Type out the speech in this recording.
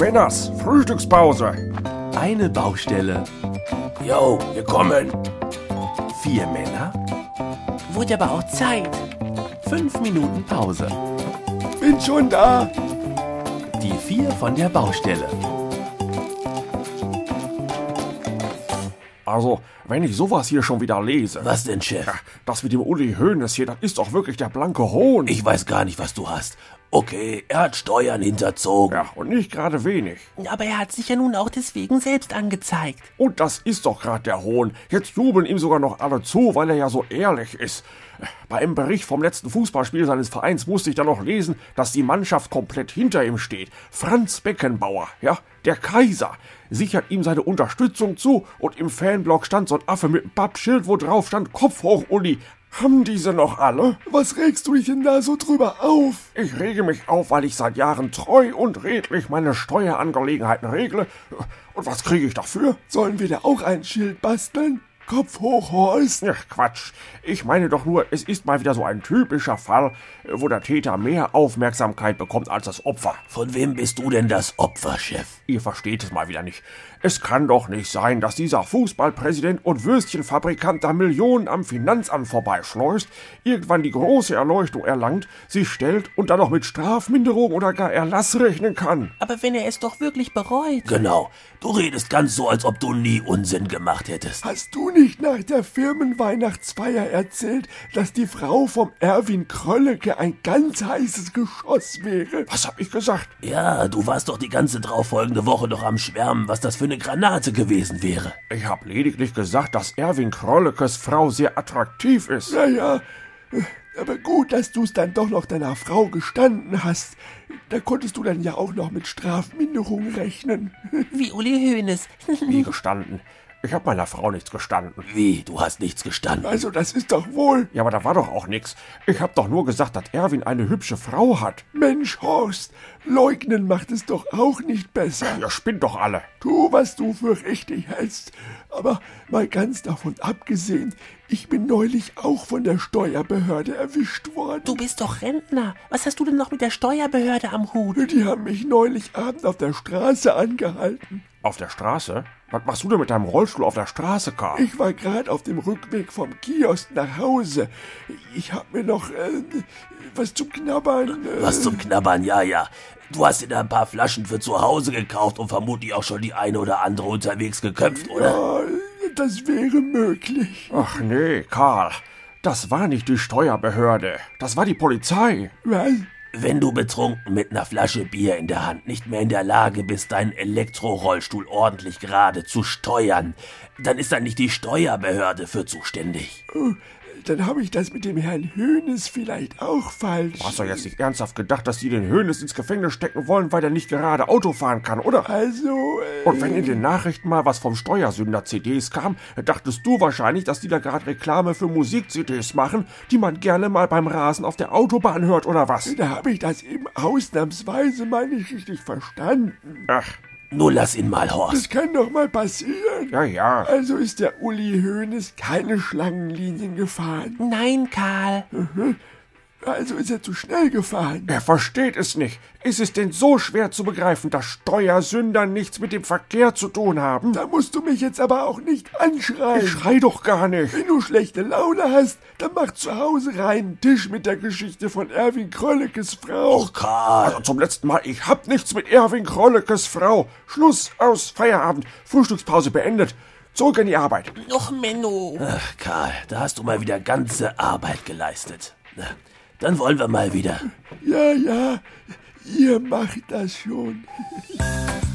Männers, Frühstückspause. Eine Baustelle. Jo, wir kommen. 4 Männer. Wurde aber auch Zeit. 5 Minuten Pause. Bin schon da. Die 4 von der Baustelle. Also, wenn ich sowas hier schon wieder lese. Was denn, Chef? Ja, das mit dem Uli Hoeneß hier, das ist doch wirklich der blanke Hohn. Ich weiß gar nicht, was du hast. Okay, er hat Steuern hinterzogen. Ja, und nicht gerade wenig. Aber er hat sich ja nun auch deswegen selbst angezeigt. Und das ist doch gerade der Hohn. Jetzt jubeln ihm sogar noch alle zu, weil er ja so ehrlich ist. Bei einem Bericht vom letzten Fußballspiel seines Vereins musste ich dann noch lesen, dass die Mannschaft komplett hinter ihm steht. Franz Beckenbauer, ja, der Kaiser, sichert ihm seine Unterstützung zu und im Fanblock stand so ein Affe mit einem Pappschild, wo drauf stand: Kopf hoch, Uli. Haben diese noch alle? Was regst du dich denn da so drüber auf? Ich rege mich auf, weil ich seit Jahren treu und redlich meine Steuerangelegenheiten regle. Und was kriege ich dafür? Sollen wir da auch ein Schild basteln? Kopf hoch, Horst. Ach, Quatsch. Ich meine doch nur, es ist mal wieder so ein typischer Fall, wo der Täter mehr Aufmerksamkeit bekommt als das Opfer. Von wem bist du denn das Opfer, Chef? Ihr versteht es mal wieder nicht. Es kann doch nicht sein, dass dieser Fußballpräsident und Würstchenfabrikant da Millionen am Finanzamt vorbeischleust, irgendwann die große Erleuchtung erlangt, sich stellt und dann noch mit Strafminderung oder gar Erlass rechnen kann. Aber wenn er es doch wirklich bereut. Genau. Du redest ganz so, als ob du nie Unsinn gemacht hättest. Hast du nicht nach der Firmenweihnachtsfeier erzählt, dass die Frau vom Erwin Krölleke ein ganz heißes Geschoss wäre? Was hab ich gesagt? Ja, du warst doch die ganze darauffolgende Woche noch am Schwärmen, was das für eine Granate gewesen wäre. Ich hab lediglich gesagt, dass Erwin Kröllekes Frau sehr attraktiv ist. Ja, aber gut, dass du es dann doch noch deiner Frau gestanden hast. Da konntest du dann ja auch noch mit Strafminderung rechnen. Wie Uli Hoeneß. Wie gestanden? Ich hab meiner Frau nichts gestanden. Wie? Du hast nichts gestanden? Also das ist doch wohl... Ja, aber da war doch auch nichts. Ich hab doch nur gesagt, dass Erwin eine hübsche Frau hat. Mensch, Horst, leugnen macht es doch auch nicht besser. Ihr spinnt doch alle. Tu, was du für richtig hältst. Aber mal ganz davon abgesehen, ich bin neulich auch von der Steuerbehörde erwischt worden. Du bist doch Rentner. Was hast du denn noch mit der Steuerbehörde am Hut? Die haben mich neulich Abend auf der Straße angehalten. Auf der Straße? Was machst du denn mit deinem Rollstuhl auf der Straße, Karl? Ich war gerade auf dem Rückweg vom Kiosk nach Hause. Ich hab mir noch was zum Knabbern... Was zum Knabbern, ja. Du hast dir da ein paar Flaschen für zu Hause gekauft und vermutlich auch schon die eine oder andere unterwegs geköpft, oder? Ja, das wäre möglich. Ach nee, Karl. Das war nicht die Steuerbehörde. Das war die Polizei. Was? Wenn du betrunken mit einer Flasche Bier in der Hand nicht mehr in der Lage bist, deinen Elektrorollstuhl ordentlich gerade zu steuern, dann ist da nicht die Steuerbehörde für zuständig. Oh, dann habe ich das mit dem Herrn Hoeneß vielleicht auch falsch. Du hast doch jetzt nicht ernsthaft gedacht, dass die den Hoeneß ins Gefängnis stecken wollen, weil der nicht gerade Auto fahren kann, oder? Also, Und wenn in den Nachrichten mal was vom Steuersünder-CDs kam, dachtest du wahrscheinlich, dass die da gerade Reklame für Musik-CDs machen, die man gerne mal beim Rasen auf der Autobahn hört, oder was? Da habe ich das eben ausnahmsweise mal nicht richtig verstanden. Ach, Nur lass ihn mal, Horst. Das kann doch mal passieren. ja. Also ist der Uli Hoeneß keine Schlangenlinien gefahren. Nein, Karl. Also ist er zu schnell gefahren. Er versteht es nicht. Ist es denn so schwer zu begreifen, dass Steuersünder nichts mit dem Verkehr zu tun haben? Da musst du mich jetzt aber auch nicht anschreien. Ich schrei doch gar nicht. Wenn du schlechte Laune hast, dann mach zu Hause reinen Tisch mit der Geschichte von Erwin Kröllekes Frau. Och, Karl. Also zum letzten Mal, ich hab nichts mit Erwin Kröllekes Frau. Schluss, aus, Feierabend, Frühstückspause beendet. Zurück in die Arbeit. Och, Menno. Ach, Karl, da hast du mal wieder ganze Arbeit geleistet. Na, dann wollen wir mal wieder. Ja, ihr macht das schon.